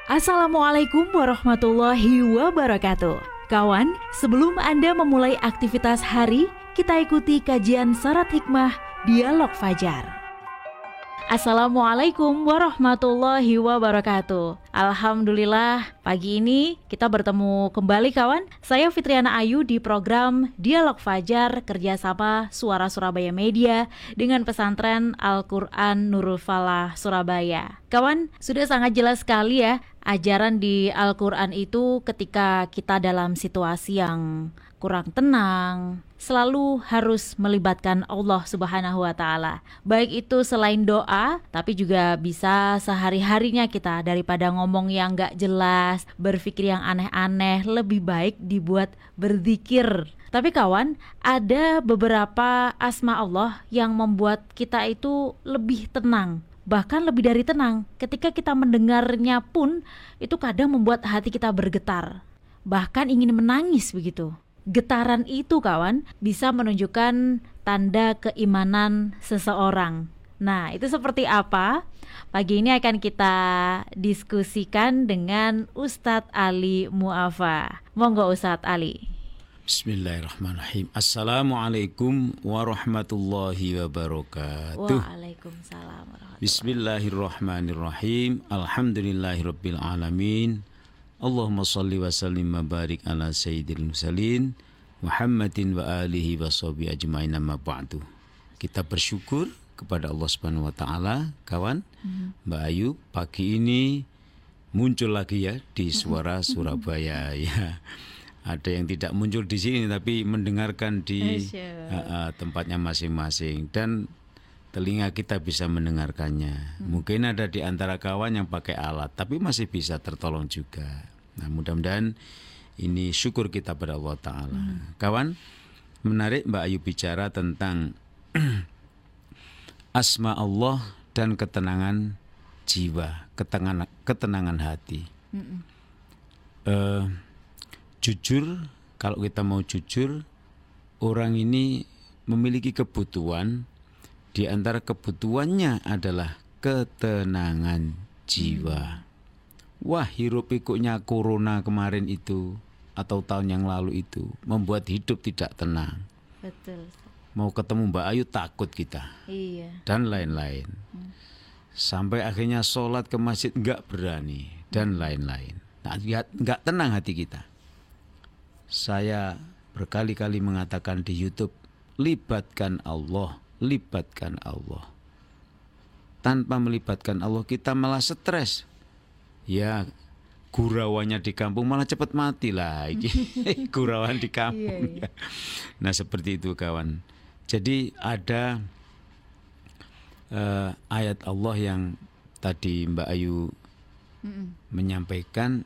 Assalamualaikum warahmatullahi wabarakatuh. Kawan, sebelum Anda memulai aktivitas hari, kita ikuti kajian syarat hikmah Dialog Fajar. Assalamualaikum warahmatullahi wabarakatuh. Alhamdulillah, pagi ini kita bertemu kembali kawan. Saya Fitriana Ayu di program Dialog Fajar kerjasama Suara Surabaya Media dengan pesantren Al-Quran Nurul Falah Surabaya. Kawan, sudah sangat jelas sekali ya ajaran di Al-Quran itu ketika kita dalam situasi yang kurang tenang, selalu harus melibatkan Allah Subhanahu wa Ta'ala. Baik itu selain doa, tapi juga bisa sehari-harinya kita daripada ngomong yang gak jelas, berpikir yang aneh-aneh, lebih baik dibuat berzikir. Tapi kawan, ada beberapa asma Allah yang membuat kita itu lebih tenang, bahkan lebih dari tenang. Ketika kita mendengarnya pun, itu kadang membuat hati kita bergetar, bahkan ingin menangis begitu. Getaran itu kawan bisa menunjukkan tanda keimanan seseorang. Nah, itu seperti apa? Pagi ini akan kita diskusikan dengan Ustadz Ali Mu'afa. Monggo Ustadz Ali. Bismillahirrahmanirrahim. Assalamualaikum warahmatullahi wabarakatuh. Waalaikumsalam warahmatullahi. Bismillahirrahmanirrahim. Alhamdulillahirabbil alamin. Allahumma salli wa sallim wa barik ala sayyidil mursalin Muhammadin wa alihi wa sahbihi ajma'in, amma ba'du. Kita bersyukur kepada Allah Subhanahu wa taala, kawan. Mbak Ayu, pagi ini muncul lagi ya di Suara Surabaya ya. Ada yang tidak muncul di sini tapi mendengarkan di tempatnya masing-masing dan telinga kita bisa mendengarkannya. Mungkin ada di antara kawan yang pakai alat, tapi masih bisa tertolong juga. Nah, mudah-mudahan ini syukur kita pada Allah Ta'ala. Kawan, menarik Mbak Ayu bicara tentang asma Allah dan ketenangan jiwa, ketenangan hati. Jujur, kalau kita mau jujur, orang ini memiliki kebutuhan. Di antara kebutuhannya adalah ketenangan jiwa. Wah, hiruk pikuknya corona kemarin itu atau tahun yang lalu itu membuat hidup tidak tenang. Betul. Mau ketemu Mbak Ayu takut kita. Iya. Dan lain-lain. Sampai akhirnya sholat ke masjid enggak berani dan lain-lain. Nah, enggak tenang hati kita. Saya berkali-kali mengatakan di YouTube, libatkan Allah. Libatkan Allah. Tanpa melibatkan Allah kita malah stres. Ya, gurawannya di kampung malah cepat mati lah. Gurawan di kampung. Iya. Nah, seperti itu kawan. Jadi ada ayat Allah yang tadi Mbak Ayu menyampaikan.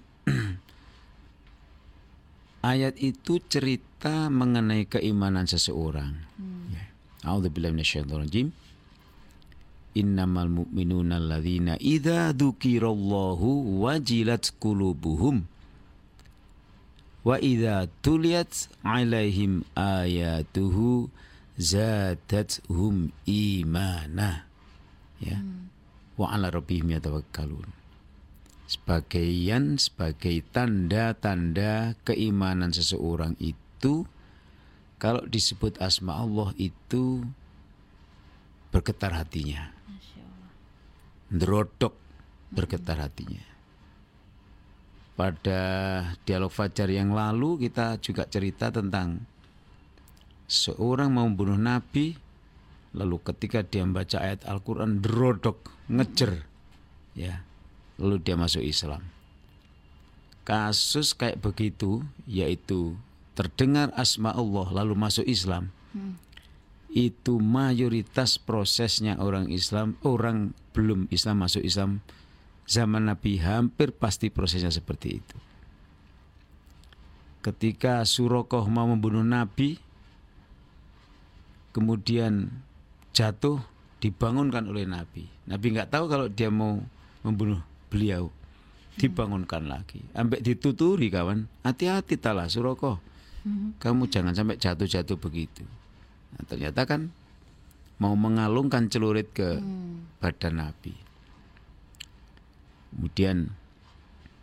Ayat itu cerita mengenai keimanan seseorang. A'udzubillahi minasyaitonir rajim. Innamal mu'minuna alladzina idza dzukirallahu wajilat qulubuhum wa idza tuliyat 'alaihim ayatuhu zadatuhum imana. Ya. Wa 'ala rabbihim yatawakkalun. Sebagai tanda-tanda keimanan seseorang itu, kalau disebut asma Allah itu bergetar hatinya. Ndrodok bergetar hatinya. Pada dialog fajar yang lalu kita juga cerita tentang seorang mau membunuh Nabi, lalu ketika dia membaca ayat Al-Quran ndrodok, ngejer, ya, lalu dia masuk Islam. Kasus kayak begitu, yaitu terdengar asma Allah lalu masuk Islam, itu mayoritas prosesnya orang Islam, orang belum Islam masuk Islam zaman Nabi hampir pasti prosesnya seperti itu. Ketika Surakoh mau membunuh Nabi, kemudian jatuh, dibangunkan oleh Nabi. Nabi nggak tahu kalau dia mau membunuh beliau, dibangunkan lagi. Ambek dituturi kawan, hati-hati talah Surakoh. Kamu jangan sampai jatuh-jatuh begitu. Nah, ternyata kan mau mengalungkan celurit ke badan Nabi. Kemudian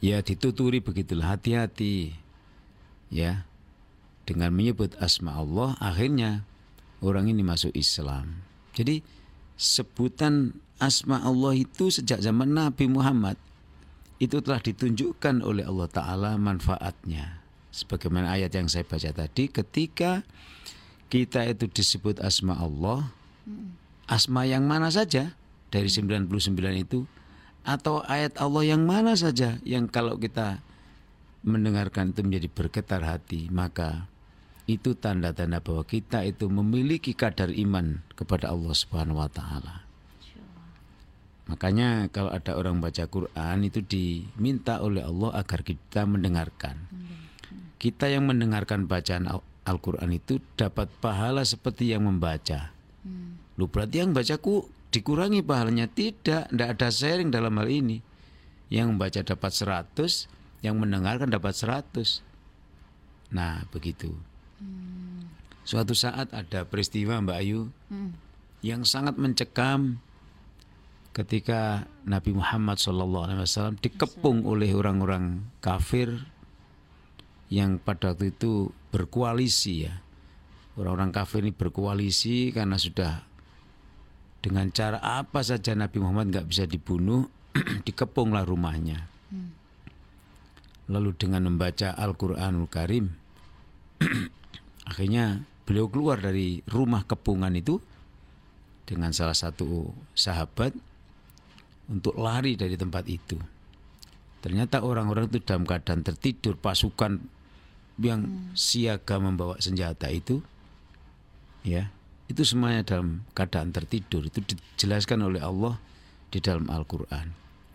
ya dituturi begitulah, hati-hati ya dengan menyebut asma Allah, akhirnya orang ini masuk Islam. Jadi sebutan asma Allah itu sejak zaman Nabi Muhammad itu telah ditunjukkan oleh Allah Ta'ala manfaatnya. Sebagaimana ayat yang saya baca tadi, ketika kita itu disebut asma Allah, asma yang mana saja dari 99 itu, atau ayat Allah yang mana saja yang kalau kita mendengarkan itu menjadi bergetar hati, maka itu tanda-tanda bahwa kita itu memiliki kadar iman kepada Allah Subhanahu wa taala. Makanya kalau ada orang baca Quran itu diminta oleh Allah agar kita mendengarkan. Kita yang mendengarkan bacaan Al-Quran itu dapat pahala seperti yang membaca. Lu berarti yang bacaku dikurangi pahalanya? Tidak ada sharing dalam hal ini. Yang membaca dapat 100, yang mendengarkan dapat 100. Nah begitu. Suatu saat ada peristiwa Mbak Ayu yang sangat mencekam ketika Nabi Muhammad SAW dikepung oleh orang-orang kafir yang pada waktu itu berkoalisi ya. Orang-orang kafir ini berkoalisi karena sudah dengan cara apa saja Nabi Muhammad nggak bisa dibunuh, dikepunglah rumahnya. Lalu dengan membaca Al-Quranul Karim akhirnya beliau keluar dari rumah kepungan itu dengan salah satu sahabat untuk lari dari tempat itu. Ternyata orang-orang itu dalam keadaan tertidur, pasukan yang siaga membawa senjata itu ya, itu semuanya dalam keadaan tertidur. Itu dijelaskan oleh Allah di dalam Al-Quran.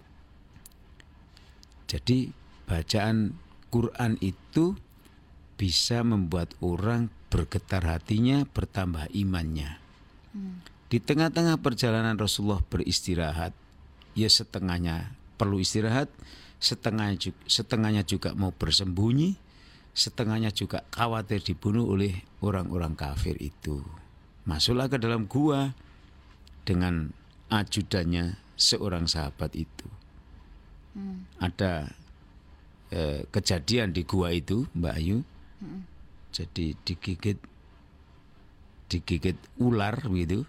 Jadi bacaan Quran itu bisa membuat orang bergetar hatinya, bertambah imannya. Di tengah-tengah perjalanan Rasulullah beristirahat, ya setengahnya perlu istirahat, setengahnya juga mau bersembunyi, setengahnya juga khawatir dibunuh oleh orang-orang kafir itu. Masuklah ke dalam gua dengan ajudannya seorang sahabat itu. Ada kejadian di gua itu Mbak Ayu. Jadi digigit ular gitu.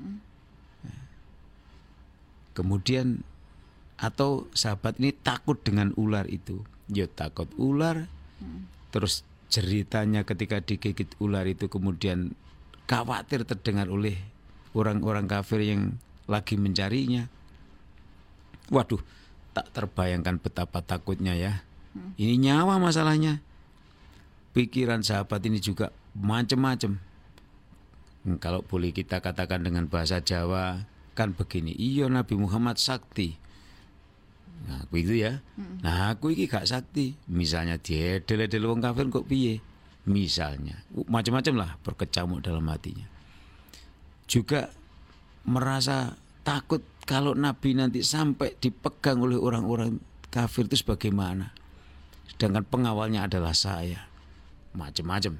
Kemudian atau sahabat ini takut dengan ular itu. Ya takut ular. Terus ceritanya ketika digigit ular itu kemudian khawatir terdengar oleh orang-orang kafir yang lagi mencarinya. Waduh, tak terbayangkan betapa takutnya ya. Ini nyawa masalahnya. Pikiran sahabat ini juga macam-macam. Kalau boleh kita katakan dengan bahasa Jawa kan begini, iya Nabi Muhammad sakti. Nah, begitu ya. Nah, aku iki gak sakti. Misalnya diedel-edel wong kafir kok piye? Misalnya, macam-macam lah berkecamuk dalam hatinya. Juga merasa takut kalau Nabi nanti sampai dipegang oleh orang-orang kafir itu bagaimana? Sedangkan pengawalnya adalah saya. Macam-macam.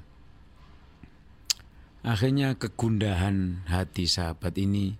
Akhirnya kegundahan hati sahabat ini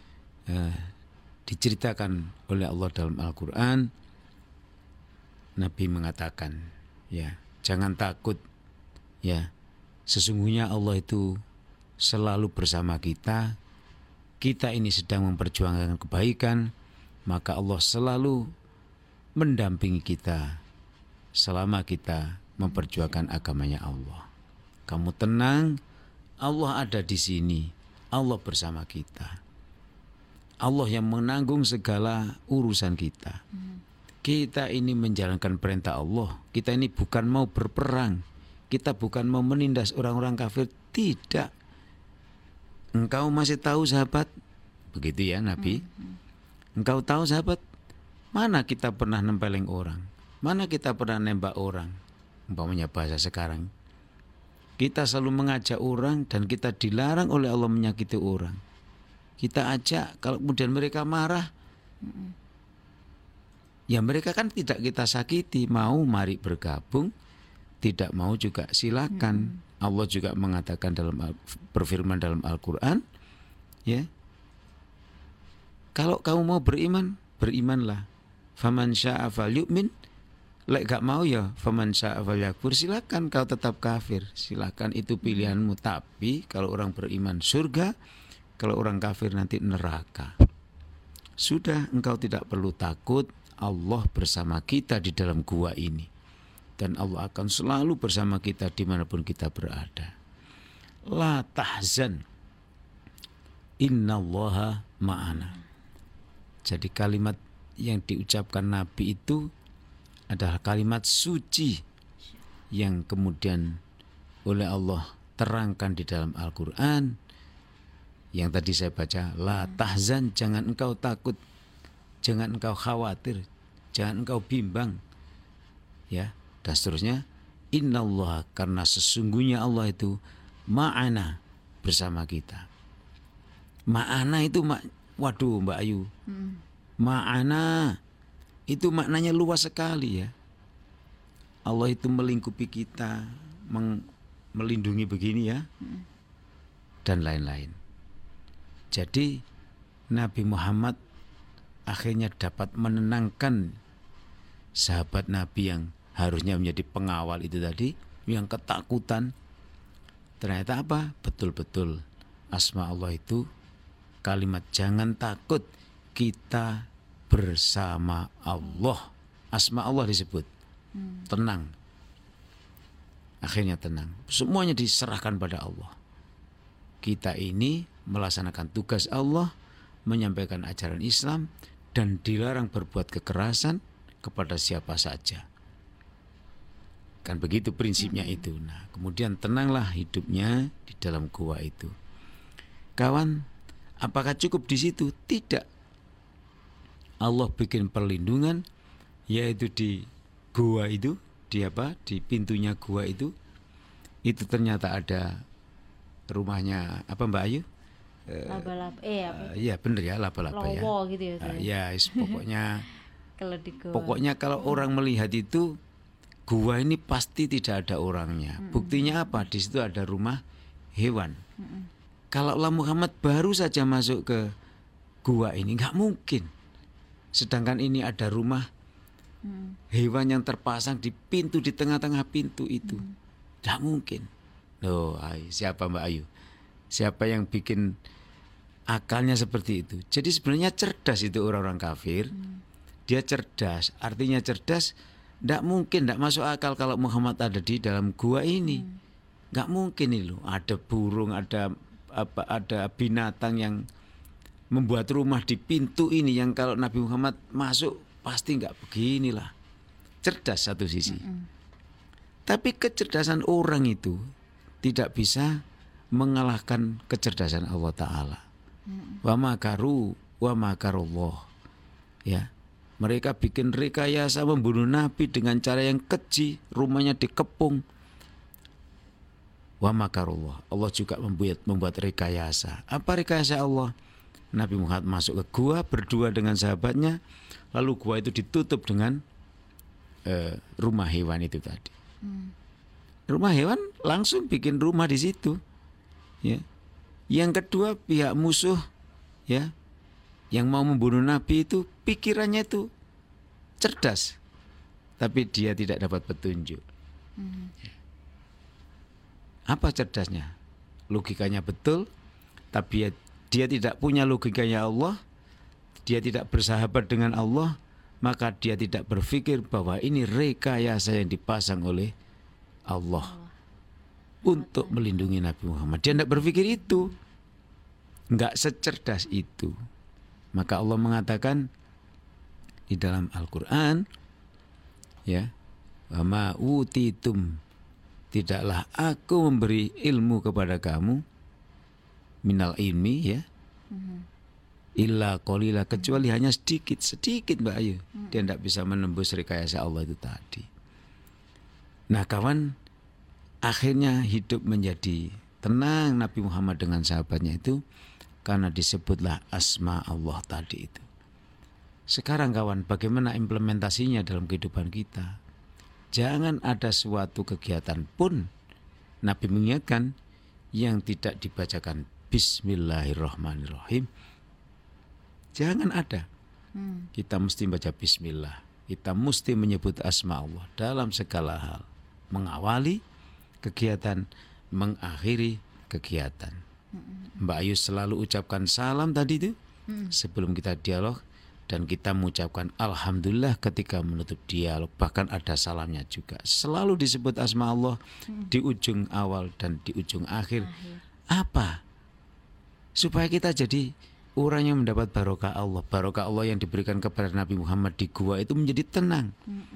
diceritakan oleh Allah dalam Al-Quran. Nabi mengatakan, ya, jangan takut, ya, sesungguhnya Allah itu selalu bersama kita. Kita ini sedang memperjuangkan kebaikan, maka Allah selalu mendampingi kita selama kita memperjuangkan agamanya Allah. Kamu tenang, Allah ada di sini. Allah bersama kita. Allah yang menanggung segala urusan kita. Kita ini menjalankan perintah Allah. Kita ini bukan mau berperang. Kita bukan mau menindas orang-orang kafir. Tidak. Engkau masih tahu sahabat? Begitu ya Nabi. Engkau tahu sahabat? Mana kita pernah nempeleng orang? Mana kita pernah nembak orang? Umpamanya bahasa sekarang. Kita selalu mengajak orang dan kita dilarang oleh Allah menyakiti orang. Kita ajak, kalau kemudian mereka marah, ya mereka kan tidak kita sakiti. Mau mari bergabung, tidak mau juga silakan. Allah juga mengatakan berfirman dalam Al-Quran, ya, kalau kamu mau beriman, berimanlah. Faman syaa'a falyu'min Lek gak mau ya faman syaa falyakfur, silakan kau tetap kafir, silakan, itu pilihanmu. Tapi kalau orang beriman surga, kalau orang kafir nanti neraka. Sudah, engkau tidak perlu takut, Allah bersama kita di dalam gua ini, dan Allah akan selalu bersama kita dimanapun kita berada. La tahzan, innallaha ma'ana. Jadi kalimat yang diucapkan Nabi itu adalah kalimat suci yang kemudian oleh Allah terangkan di dalam Al-Quran. Yang tadi saya baca, la tahzan, jangan engkau takut, jangan engkau khawatir, jangan engkau bimbang, ya, dan seterusnya. Innallaha, karena sesungguhnya Allah itu ma'ana, bersama kita. Ma'ana itu waduh Mbak Ayu, ma'ana itu maknanya luas sekali ya. Allah itu melingkupi kita, melindungi begini ya, dan lain-lain. Jadi Nabi Muhammad akhirnya dapat menenangkan sahabat Nabi yang harusnya menjadi pengawal itu tadi, yang ketakutan. Ternyata apa? Betul-betul asma Allah itu kalimat jangan takut, kita bersama Allah. Asma Allah disebut. Tenang. Akhirnya tenang. Semuanya diserahkan pada Allah. Kita ini melaksanakan tugas Allah, menyampaikan ajaran Islam, dan dilarang berbuat kekerasan kepada siapa saja. Kan begitu prinsipnya itu. Nah, kemudian tenanglah hidupnya di dalam gua itu. Kawan, apakah cukup di situ? Tidak. Allah bikin perlindungan, yaitu di gua itu, di pintunya gua itu ternyata ada rumahnya apa Mbak Ayu? Laba-laba, ya bener ya, laba-laba ya. Lowo gitu ya. Pokoknya kalau di gua. Pokoknya kalau orang melihat itu, gua ini pasti tidak ada orangnya. Buktinya apa? Di situ ada rumah hewan. Kalau Allah Muhammad baru saja masuk ke gua ini, nggak mungkin. Sedangkan ini ada rumah hewan yang terpasang di pintu, di tengah-tengah pintu itu. Nggak mungkin. Loh, siapa Mbak Ayu? Siapa yang bikin akalnya seperti itu? Jadi sebenarnya cerdas itu orang-orang kafir. Dia cerdas, artinya cerdas. Nggak mungkin, nggak masuk akal kalau Muhammad ada di dalam gua ini. Nggak mungkin ini loh. Ada burung, ada binatang yang membuat rumah di pintu ini, yang kalau Nabi Muhammad masuk pasti nggak beginilah. Cerdas satu sisi. Tapi kecerdasan orang itu tidak bisa mengalahkan kecerdasan Allah Ta'ala. Wa makaru wa makarullah. Ya. Mereka bikin rekayasa membunuh Nabi dengan cara yang keji, rumahnya dikepung. Wa makarullah. Allah juga membuat rekayasa. Apa rekayasa Allah? Nabi Muhammad masuk ke gua berdua dengan sahabatnya, lalu gua itu ditutup dengan rumah hewan itu tadi. Rumah hewan langsung bikin rumah di situ. Ya. Yang kedua, pihak musuh ya yang mau membunuh Nabi itu pikirannya itu cerdas, tapi dia tidak dapat petunjuk. Apa cerdasnya? Logikanya betul, tapi dia tidak punya logikanya Allah. Dia tidak bersahabat dengan Allah, maka dia tidak berpikir bahwa ini rekayasa yang dipasang oleh Allah untuk melindungi Nabi Muhammad. Dia tidak berpikir itu, nggak secerdas itu. Maka Allah mengatakan di dalam Al-Quran, ya, wa ma utitum, tidaklah aku memberi ilmu kepada kamu, minal ilmi ya, illa qalila, kecuali hanya sedikit Mbak Ayu. Dia tidak bisa menembus rekayasa Allah itu tadi. Nah kawan, akhirnya hidup menjadi tenang Nabi Muhammad dengan sahabatnya itu karena disebutlah asma Allah tadi itu. Sekarang kawan, bagaimana implementasinya dalam kehidupan kita? Jangan ada suatu kegiatan pun, Nabi mengingatkan, yang tidak dibacakan Bismillahirrahmanirrahim. Jangan ada. Kita mesti baca Bismillah. kita mesti menyebut asma Allah dalam segala hal. Mengawali kegiatan, mengakhiri kegiatan. Mbak Ayu selalu ucapkan salam tadi itu sebelum kita dialog, dan kita mengucapkan alhamdulillah ketika menutup dialog. Bahkan ada salamnya juga. Selalu disebut asma Allah di ujung awal dan di ujung akhir. Apa? Supaya kita jadi orang yang mendapat barokah Allah. Barokah Allah yang diberikan kepada Nabi Muhammad di gua itu menjadi tenang.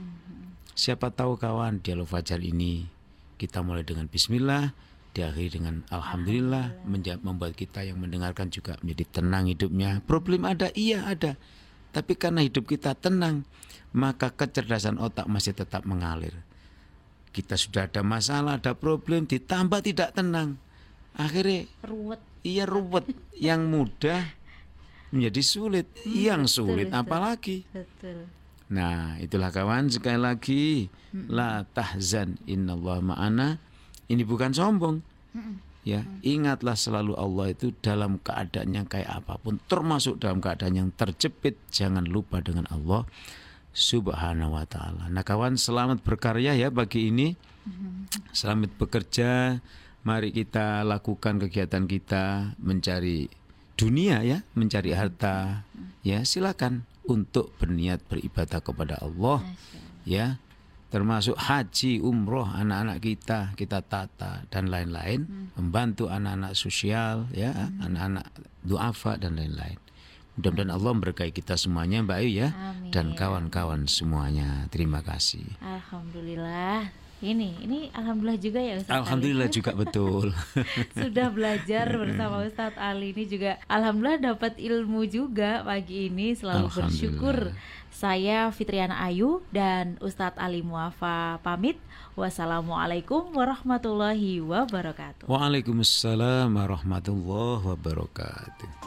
Siapa tahu kawan, dialog fajar ini kita mulai dengan bismillah, diakhiri dengan alhamdulillah, membuat kita yang mendengarkan juga menjadi tenang hidupnya. Problem ada? Iya ada. Tapi karena hidup kita tenang, maka kecerdasan otak masih tetap mengalir. Kita sudah ada masalah, ada problem, ditambah tidak tenang. Akhirnya ruwet. Iya ruwet. Yang mudah menjadi sulit. Yang sulit betul, apalagi. Betul. Nah itulah kawan, sekali lagi la tahzan innallaha ma'ana. Ini bukan sombong. Ya, ingatlah selalu Allah itu dalam keadaannya kayak apapun, termasuk dalam keadaan yang terjepit, jangan lupa dengan Allah Subhanahu wa taala. Nah, kawan, selamat berkarya ya pagi ini. Selamat bekerja. Mari kita lakukan kegiatan kita mencari dunia ya, mencari harta. Ya, silakan untuk berniat beribadah kepada Allah. Ya. Termasuk haji, umroh anak-anak kita tata dan lain-lain, membantu anak-anak sosial, ya, anak-anak duafa dan lain-lain. Mudah-mudahan Allah memberkahi kita semuanya, Mbak Ayu ya. Amin. Dan kawan-kawan semuanya. Terima kasih. Alhamdulillah. Ini alhamdulillah juga ya Ustaz. Alhamdulillah Ali. Juga betul. Sudah belajar bersama Ustaz Ali ini juga alhamdulillah dapat ilmu juga pagi ini, selalu bersyukur. Saya Fitriana Ayu dan Ustadz Ali Muafa pamit. Wassalamualaikum warahmatullahi wabarakatuh. Waalaikumsalam warahmatullahi wabarakatuh.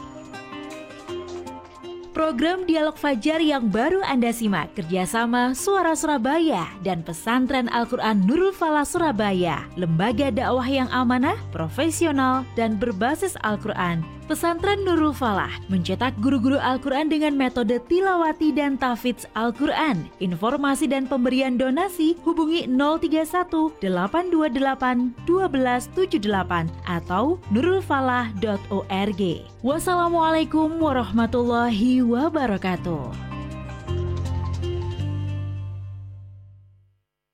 Program Dialog Fajar yang baru Anda simak kerjasama Suara Surabaya dan Pesantren Al-Quran Nurul Falah Surabaya, lembaga dakwah yang amanah, profesional, dan berbasis Al-Quran. Pesantren Nurul Falah mencetak guru-guru Al-Quran dengan metode tilawati dan tahfidz Al-Quran. Informasi dan pemberian donasi hubungi 031 828 1278 atau nurulfalah.org. Wassalamualaikum warahmatullahi wabarakatuh.